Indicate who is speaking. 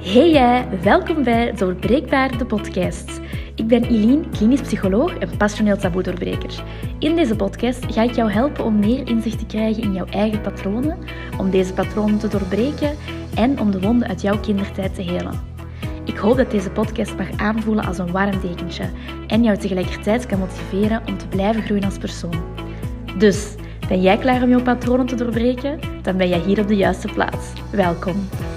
Speaker 1: Hey jij, welkom bij Doorbreekbaar, de podcast. Ik ben Eline, klinisch psycholoog en passioneel taboe-doorbreker. In deze podcast ga ik jou helpen om meer inzicht te krijgen in jouw eigen patronen, om deze patronen te doorbreken en om de wonden uit jouw kindertijd te helen. Ik hoop dat deze podcast mag aanvoelen als een warm dekentje en jou tegelijkertijd kan motiveren om te blijven groeien als persoon. Dus, ben jij klaar om jouw patronen te doorbreken? Dan ben jij hier op de juiste plaats. Welkom!